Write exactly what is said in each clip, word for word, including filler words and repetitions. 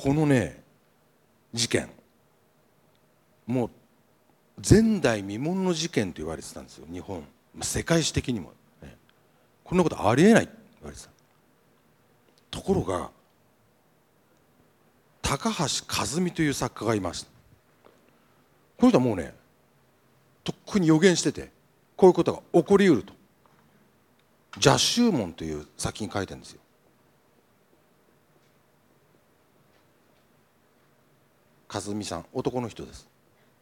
このね事件、もう前代未聞の事件と言われてたんですよ、日本、世界史的にも、ね、こんなことありえないと言われてた。ところが高橋和美という作家がいました。この人はもうねとっくに予言してて、こういうことが起こりうると邪宗門という作品書いてるんですよ。和美さん、男の人です。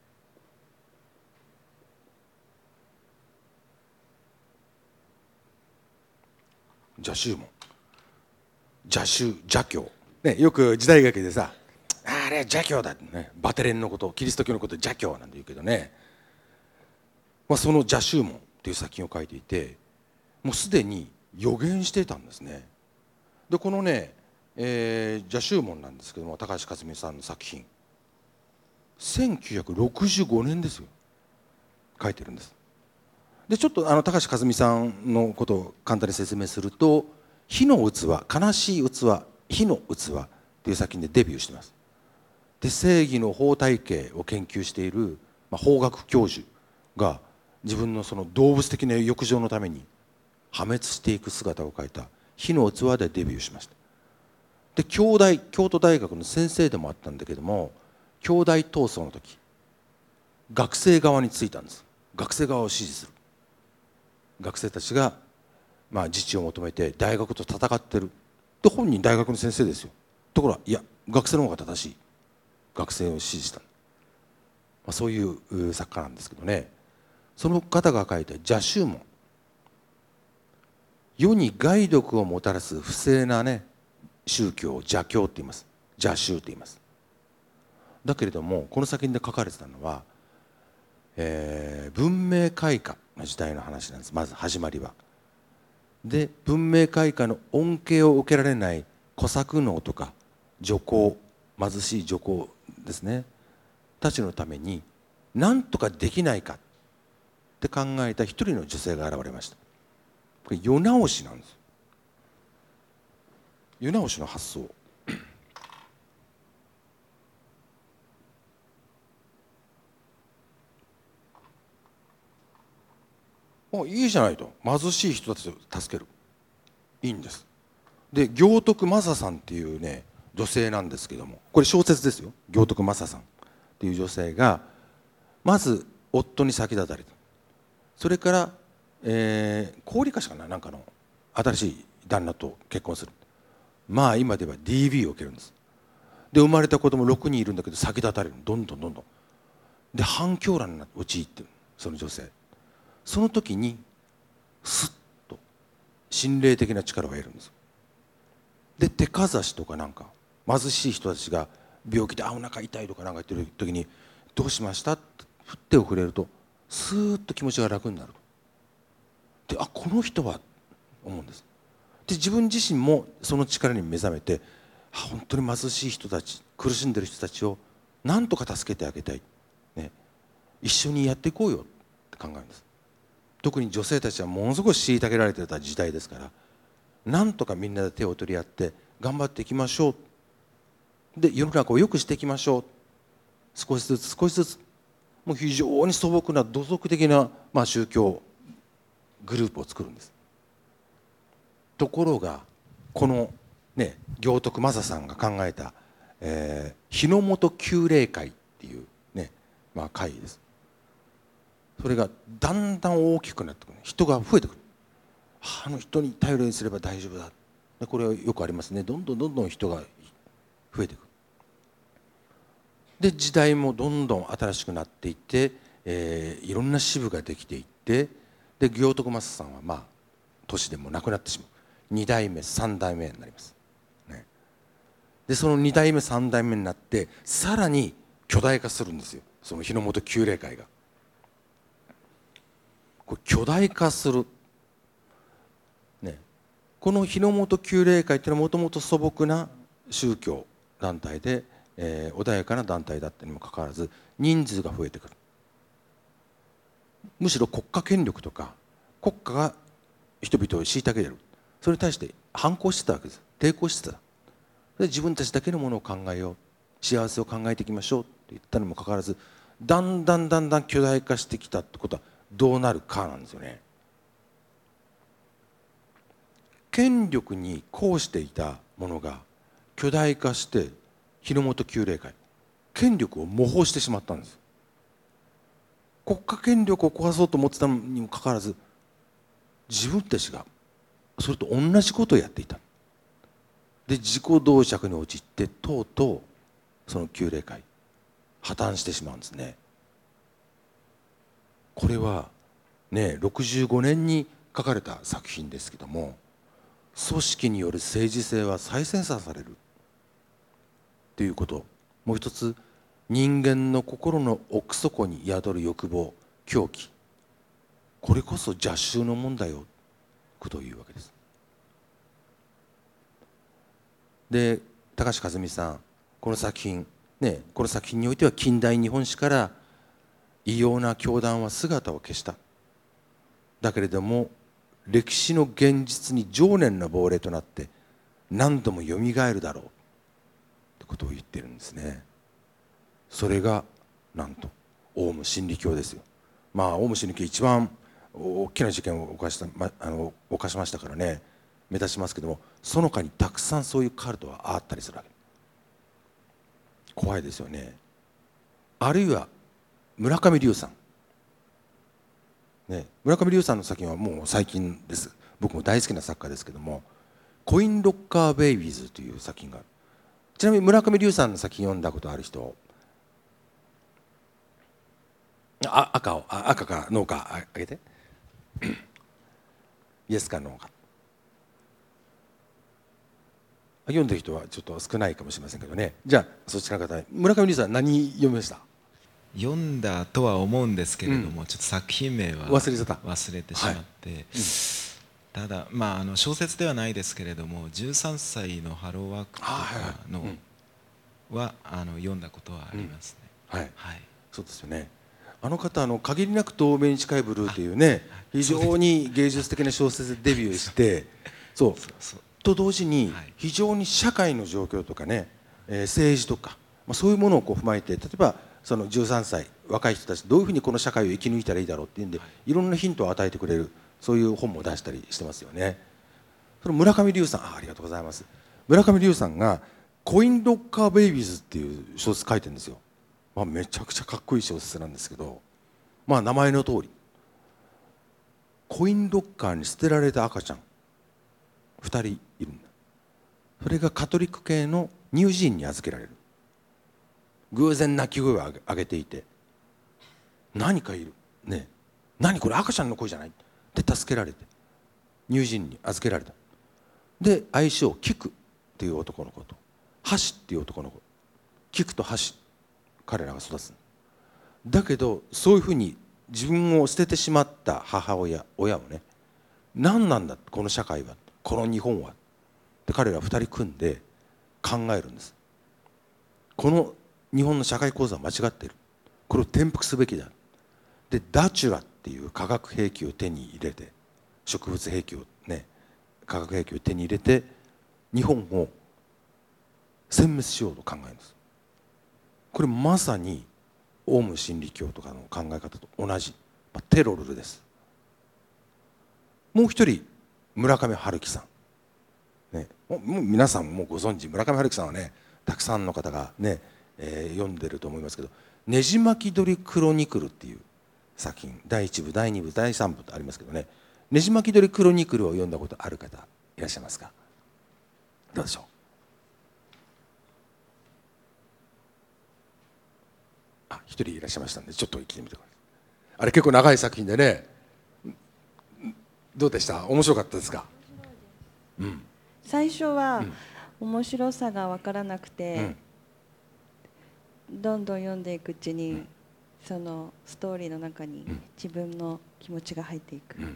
邪宗門、邪宗、邪教、ね、よく時代劇でさ、あれ邪教だってね、バテレンのこと、キリスト教のこと邪教なんて言うけどね、まあ、その邪宗門という作品を書いていて、もうすでに予言してたんですね。でこのね、えー、邪宗門なんですけども、高橋克実さんの作品、せんきゅうひゃくろくじゅうごねんですよ、書いてるんです。でちょっとあの高橋克実さんのことを簡単に説明すると、火の器、悲しい器、火の器っていう作品でデビューしてます。で正義の法体系を研究している、まあ、法学教授が自分のその動物的な欲情のために破滅していく姿を描いた火の器でデビューしました。で京大、京都大学の先生でもあったんだけども、京大闘争の時学生側についたんです。学生側を支持する学生たちが、まあ、自治を求めて大学と戦ってる。で本人大学の先生ですよ。ところがいや、学生の方が正しい、学生を支持した、まあ、そういう作家なんですけどね。その方が書いた邪宗門、世に害毒をもたらす不正なね宗教を邪教って言います。邪宗って言います。だけれどもこの作品で書かれてたのは、えー、文明開化の時代の話なんです。まず始まりは。で文明開化の恩恵を受けられない小作農とか女工、貧しい女工ですねたちのために何とかできないかって考えた一人の女性が現れました。これ世直しなんです。世直しの発想、もういいじゃないと、貧しい人たちを助ける、いいんです。で行徳正さんっていうね女性なんですけども、これ小説ですよ。行徳正さんっていう女性がまず夫に先立たれた。それから、えー、高利貸しかな、なんかの新しい旦那と結婚する。まあ今では ディービー を受けるんです。で生まれた子供ろくにんいるんだけど先立たれる、どんどんどんどん。で反響乱に陥ってるその女性。その時にスッと心霊的な力を得るんです。で手かざしとかなんか貧しい人たちが病気であお腹痛いとかなんか言ってる時に「どうしました?」って手を触れるとスーッと気持ちが楽になると。であこの人は思うんです。で自分自身もその力に目覚めて、本当に貧しい人たち、苦しんでる人たちをなんとか助けてあげたい、ね、一緒にやっていこうよって考えるんです。特に女性たちはものすごく虐げられてた時代ですから、なんとかみんなで手を取り合って頑張っていきましょう。で世の中を良くしていきましょう。少しずつ少しずつ、もう非常に素朴な土足的な、まあ、宗教グループを作るんです。ところがこのね行徳正さんが考えた、えー、日の本旧霊会っていうね、まあ、会です。それがだんだん大きくなってくる、人が増えてくる。あの人に頼りにすれば大丈夫だ、でこれはよくありますね。どんどんどんどん人が増えていく。で時代もどんどん新しくなっていって、えー、いろんな支部ができていって、で行徳正さんはまあ年でも亡くなってしまう。に代目さん代目になります、ね、でそのに代目さん代目になってさらに巨大化するんですよ、その日の本旧霊会が。これ巨大化する、ね、この日の本旧霊会っていうのはもともと素朴な宗教団体で、えー、穏やかな団体だったにもかかわらず人数が増えてくる。むしろ国家権力とか国家が人々を虐げる、それに対して反抗してたわけです。抵抗してた。 で自分たちだけのものを考えよう、幸せを考えていきましょうって言ったにもかかわらず、だんだんだんだん巨大化してきたってことはどうなるかなんですよね。権力に抗していたものが巨大化して日の本旧霊会、権力を模倣してしまったんです。国家権力を壊そうと思ってたのにもかかわらず、自分たちがそれと同じことをやっていた。で自己同釈に陥ってとうとうその旧霊会破綻してしまうんですね。これはねろくじゅうごねんに書かれた作品ですけども、組織による政治性は再生産されるということ、もう一つ人間の心の奥底に宿る欲望、狂気、これこそ邪宗の問題をというわけです。で高橋和美さん、この作品ね、この作品においては近代日本史から異様な教団は姿を消した。だけれども歴史の現実に情念の亡霊となって何度もよみがえるだろうってことを言ってるんですね。それがなんとオウム真理教ですよ。まあオウム真理教一番大きな事件を犯した、ま、あの犯しましたからね、目立ちますけども、その他にたくさんそういうカルトはあったりするわけ。怖いですよね。あるいは村上龍さん、ね、村上龍さんの作品はもう最近です。僕も大好きな作家ですけども、コインロッカーベイビーズという作品がある。ちなみに村上龍さんの作品読んだことある人、あ赤をあ赤かノーかあげてイエスかノーか。読んでる人はちょっと少ないかもしれませんけどね。じゃあそちらの方、村上龍さん何読みました？ 読んだとは思うんですけれども、うん、ちょっと作品名は忘れてた忘れてしまって、はい、うん、ただ、まあ、あの小説ではないですけれどもじゅうさんさいのハローワークとかのはあの読んだことはありますね、 うんはいはい、そうですよね。あの方、あの限りなく透明に近いブルーというね、非常に芸術的な小説でデビューしてそうと同時に非常に社会の状況とかね、えー、政治とか、まあ、そういうものをこう踏まえて、例えばそのじゅうさんさい若い人たちどういうふうにこの社会を生き抜いたらいいだろうっていうんで、いろんなヒントを与えてくれる、そういう本も出したりしてますよね。その村上龍さん、 あ, ありがとうございます。村上龍さんが「コインロッカーベイビーズ」っていう小説書いてるんですよ。まあ、めちゃくちゃかっこいい小説なんですけど、まあ名前の通りコインロッカーに捨てられた赤ちゃんふたりいるんだ。それがカトリック系の乳児院に預けられる。偶然泣き声を上げていて、何かいるねえ、何これ赤ちゃんの声じゃないって助けられて乳児院に預けられた。で愛称キクっていう男の子とハシっていう男の子、キクとハシ、彼らが育つ。だけどそういうふうに自分を捨ててしまった母親親をね、何なんだこの社会は、この日本はって彼らふたり組んで考えるんです。この日本の社会構造は間違っている、これを転覆すべきだ。でダチュラっていう化学兵器を手に入れて、植物兵器をね、化学兵器を手に入れて日本を殲滅しようと考えるんです。これまさにオウム真理教とかの考え方と同じ、まあ、テロルです。もう一人村上春樹さん、ね、もう皆さんもご存知、村上春樹さんはねたくさんの方がね、えー、読んでると思いますけど、「ねじ巻き鳥クロニクル」っていう作品、だいいち部だいに部だいさん部とありますけどね、ねじ巻き鳥クロニクルを読んだことある方いらっしゃいますか？どうでしょう。あ、一人いらっしゃいましたんでちょっと聞いてみてください。あれ結構長い作品でね、どうでした？面白かったですか？ うん、最初は面白さが分からなくて、うん、どんどん読んでいくうちに、うん、そのストーリーの中に自分の気持ちが入っていく、うん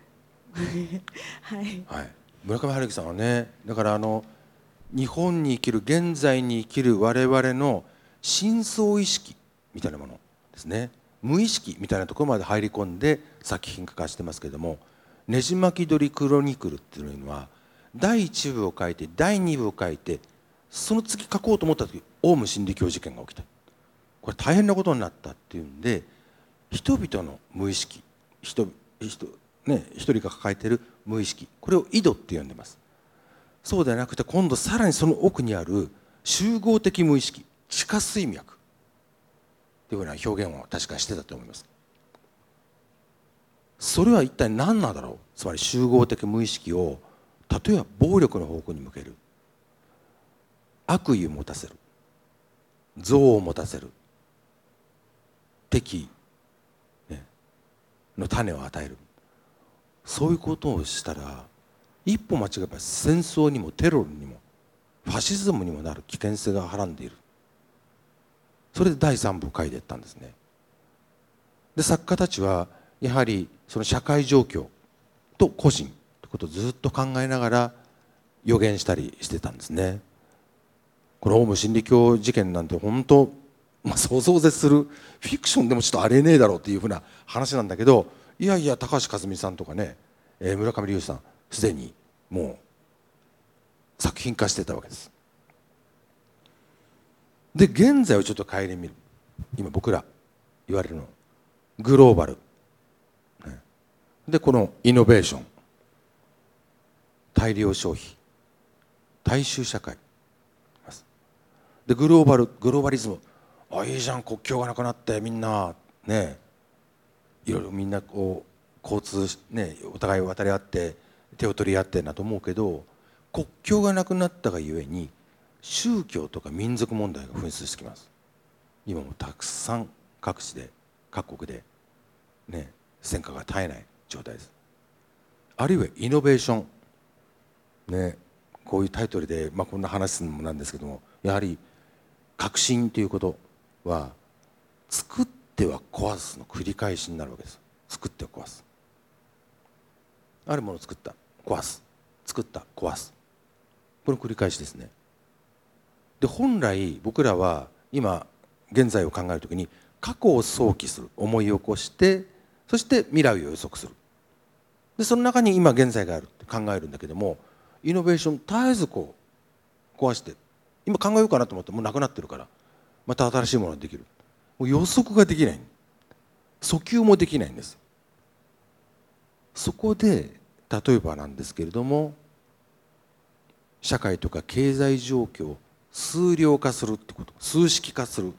はい、 はい、村上春樹さんはね、だからあの日本に生きる現在に生きる我々の深層意識みたいなものですね、無意識みたいなところまで入り込んで作品化してますけれども、「ねじ巻き鳥クロニクル」っていうのはだいいち部を書いてだいに部を書いてその次書こうと思った時オウム真理教事件が起きた。これ大変なことになったっていうんで、人々の無意識、人人ね、一人が抱えている無意識、これを井戸って呼んでます。そうではなくて、今度さらにその奥にある集合的無意識、地下水脈というような表現を確かしてたと思います。それは一体何なんだろう。つまり集合的無意識を例えば暴力の方向に向ける、悪意を持たせる、憎悪を持たせる、敵、ね、の種を与える、そういうことをしたら一歩間違えば戦争にもテロにもファシズムにもなる危険性がはらんでいる。それでだいさん部を書いていったんですね。で作家たちはやはりその社会状況と個人ということをずっと考えながら予言したりしてたんですね。このオウム真理教事件なんて本当、まあ、想像を絶するフィクションでもちょっとありえねえだろうっていうふうな話なんだけど、いやいや高橋克実さんとかね、えー、村上龍さんすでにもう作品化してたわけです。で現在をちょっと顧みる。今僕ら言われるのグローバル、ね、でこのイノベーション、大量消費、大衆社会でグローバルグローバリズム、あいいじゃん、国境がなくなってみんなね、いろいろみんなこう交通ね、お互い渡り合って手を取り合ってなと思うけど、国境がなくなったがゆえに宗教とか民族問題が噴出してきます。今もたくさん各地で各国でね、戦火が絶えない状態です。あるいはイノベーションね、こういうタイトルで、まあ、こんな話するのもなんですけども、やはり革新ということは作っては壊すの繰り返しになるわけです。作っては壊す、あるものを作った壊す、作った壊す、この繰り返しですね。で本来僕らは今現在を考えるときに過去を想起する、思い起こして、そして未来を予測する。でその中に今現在があるって考えるんだけども、イノベーション絶えずこう壊して、今考えようかなと思ってもうなくなってるから、また新しいものができる。もう予測ができない、訴求もできないんです。そこで例えばなんですけれども、社会とか経済状況を数量化するってこと、数式化する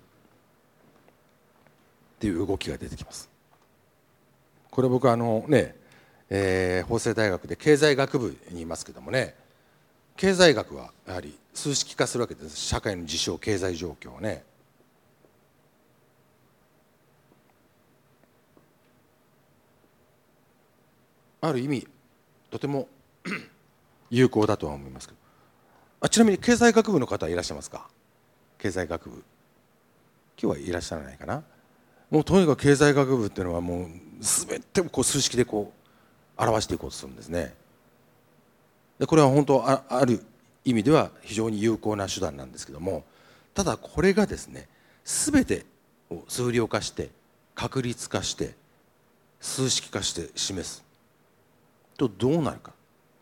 っていう動きが出てきます。これ僕はあのね、えー、法政大学で経済学部にいますけどもね、経済学はやはり数式化するわけです。社会の事象、経済状況をね。ある意味とても有効だとは思いますけど、あ、ちなみに経済学部の方いらっしゃいますか？経済学部今日はいらっしゃらないかな。もうとにかく経済学部っていうのはもう全てをこう数式でこう表していこうとするんですね。でこれは本当 あ, ある意味では非常に有効な手段なんですけども、ただこれがですね、全てを数量化して確率化して数式化して示すとどうなるか。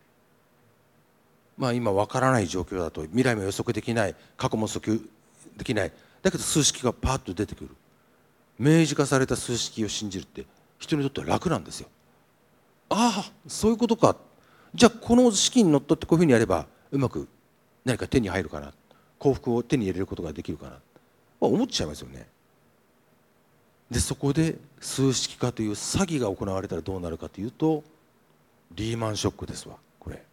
まあ今分からない状況だと、未来も予測できない、過去も訴求できない、だけど数式がパッと出てくる。明示化された数式を信じるって人にとっては楽なんですよ。ああそういうことか、じゃあこの式にのっとってこういうふうにやればうまく何か手に入るかな、幸福を手に入れることができるかな、まあ、思っちゃいますよね。でそこで数式化という詐欺が行われたらどうなるかというと、リーマンショックですわ。これ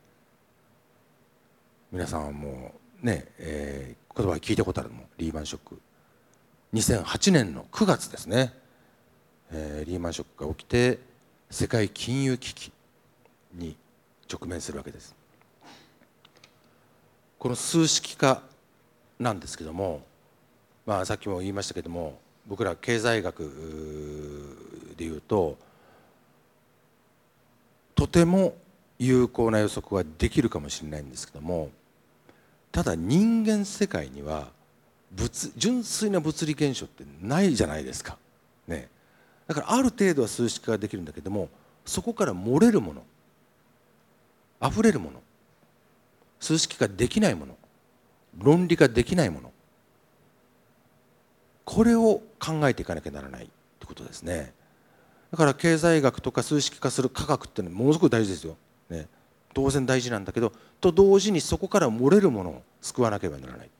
皆さんはもうね、えー、言葉聞いたことあるのもリーマンショック、にせんはちねんのくがつですね、えー、リーマンショックが起きて世界金融危機に直面するわけです。この数式化なんですけども、まあ、さっきも言いましたけども、僕ら経済学でいうととても有効な予測はできるかもしれないんですけども、ただ人間世界には物純粋な物理現象ってないじゃないですか、ね、だからある程度は数式化ができるんだけども、そこから漏れるもの、溢れるもの、数式化できないもの、 論理化できないもの、これを考えていかなきゃならないってことですね。だから経済学とか数式化する科学っていうのはものすごく大事ですよ、ね、当然大事なんだけど、と同時にそこから漏れるものを救わなければならない。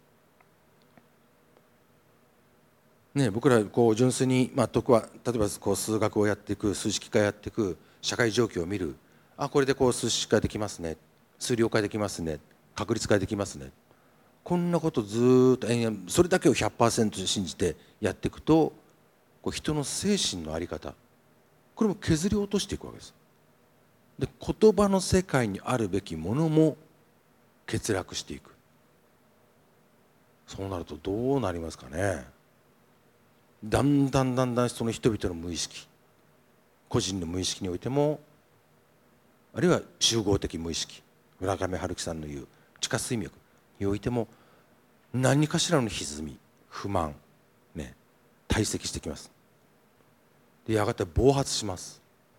ね、僕らこう純粋に、まあ、徳は例えばこう数学をやっていく、数式化やっていく、社会状況を見る、あこれでこう数式化できますね、数量化できますね、確率化できますね、こんなことずーっと延々それだけを ひゃくパーセント 信じてやっていくと、こう人の精神の在り方、これも削り落としていくわけです。で言葉の世界にあるべきものも欠落していく。そうなるとどうなりますかね。だんだんだんだんその人々の無意識、個人の無意識においても、あるいは集合的無意識、村上春樹さんの言う地下水脈においても、何かしらの歪み、不満、ね、堆積してきます。でやがて暴発します。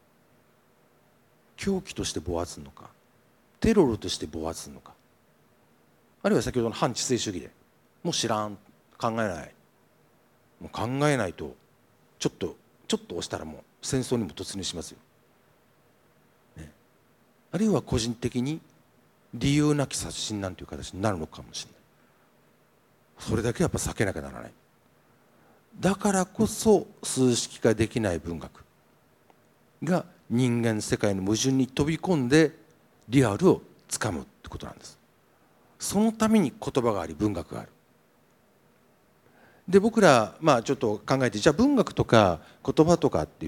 狂気として暴発するのか、テロルとして暴発するのか、あるいは先ほどの反知性主義でもう知らん、考えない、もう考えないとちょっとちょっと押したらもう戦争にも突入しますよ、ね、あるいは個人的に理由なき殺人なんていう形になるのかもしれない。それだけやっぱ避けなきゃならない。だからこそ数式化できない文学が人間世界の矛盾に飛び込んでリアルをつかむってことなんです。そのために言葉があり文学がある。で僕らまあちょっと考えて、じゃあ文学とか言葉とかって言って、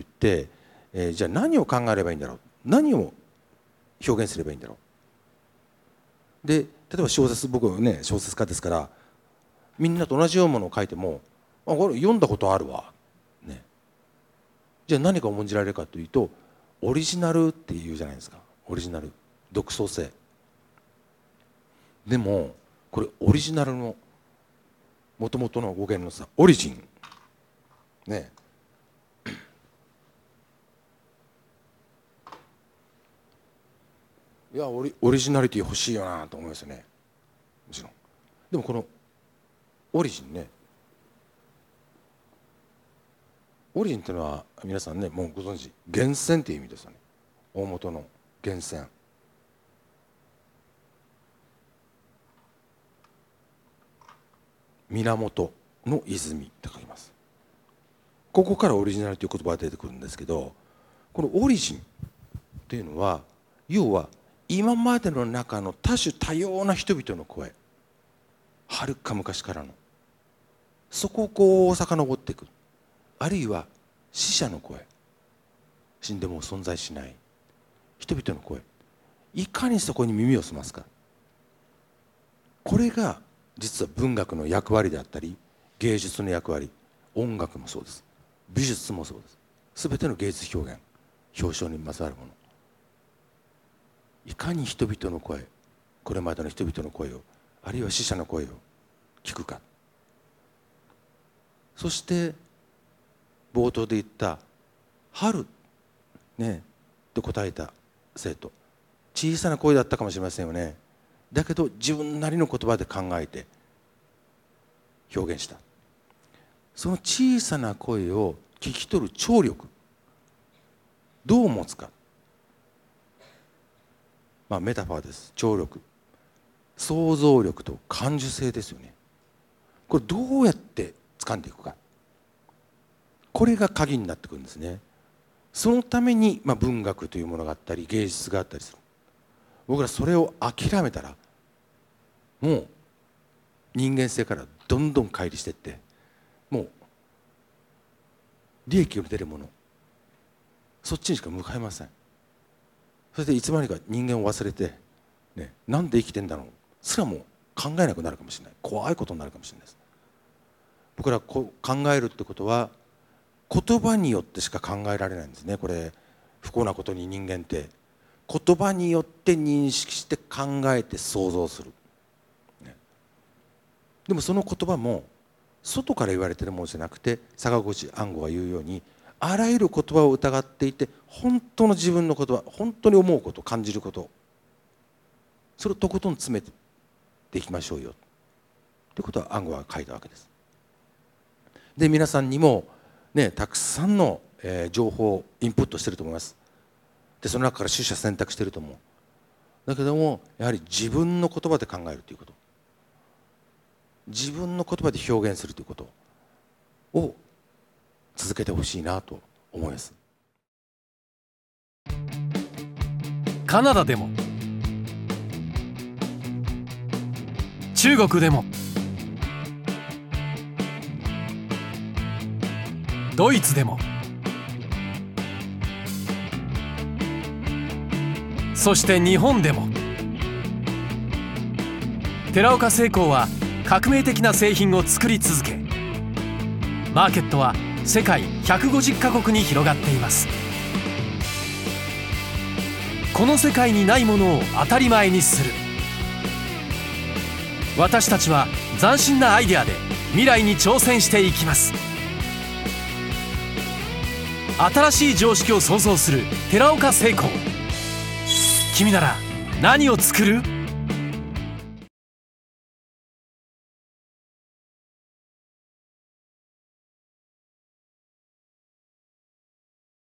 えー、じゃあ何を考えればいいんだろう、何を表現すればいいんだろう。で例えば小説、僕はね小説家ですから、みんなと同じようなものを書いても、あこれ読んだことあるわ、ね、じゃあ何が重んじられるかというと、オリジナルっていうじゃないですか。オリジナル、独創性。でもこれオリジナルのもともとの語源のさ、オリジンね、いやオリ、オリジナリティ欲しいよなと思いますよね、もちろん。でもこのオリジンね、オリジンっていうのは皆さんねもうご存知、源泉っていう意味ですよね。大元の源泉、源の泉って書きます。ここからオリジナルという言葉が出てくるんですけど、このオリジンっていうのは要は今までの中の多種多様な人々の声、はるか昔からのそこをこう遡っていく、あるいは死者の声、死んでも存在しない人々の声、いかにそこに耳を澄ますか、これが実は文学の役割であったり、芸術の役割、音楽もそうです、美術もそうです。すべての芸術表現、表彰にまつわるもの、いかに人々の声、これまでの人々の声を、あるいは死者の声を聞くか。そして冒頭で言った春ねと答えた生徒、小さな声だったかもしれませんよね。だけど自分なりの言葉で考えて表現した。その小さな声を聞き取る聴力、どう持つか、まあメタファーです。聴力、想像力と感受性ですよね。これどうやって掴んでいくか、これが鍵になってくるんですね。そのために、まあ、文学というものがあったり芸術があったりする。僕らそれを諦めたらもう人間性からどんどん乖離していって、もう利益の出るもの、そっちにしか向かいません。それでいつまでか人間を忘れて、ね、なんで生きてんだろうすらも考えなくなるかもしれない。怖いことになるかもしれないです。僕らこう考えるってことは言葉によってしか考えられないんですね。これ不幸なことに人間って言葉によって認識して考えて想像する、ね、でもその言葉も外から言われてるものじゃなくて、坂口安吾が言うようにあらゆる言葉を疑っていて、本当の自分の言葉、本当に思うこと、感じること、それをとことん詰めていきましょうよ。 ということは暗号は書いたわけです。で皆さんにも、ね、たくさんの、えー、情報をインプットしてると思います。でその中から取捨選択してると思う。だけどもやはり自分の言葉で考えるということ、自分の言葉で表現するということを続けてほしいなと思います。 カナダでも中国でもドイツでもそして日本でも寺岡製鋼は革命的な製品を作り続け、マーケットは世界ひゃくごじゅっカ国に広がっています。この世界にないものを当たり前にする。私たちは斬新なアイデアで未来に挑戦していきます。新しい常識を創造する寺岡製鋼。君なら何を作る？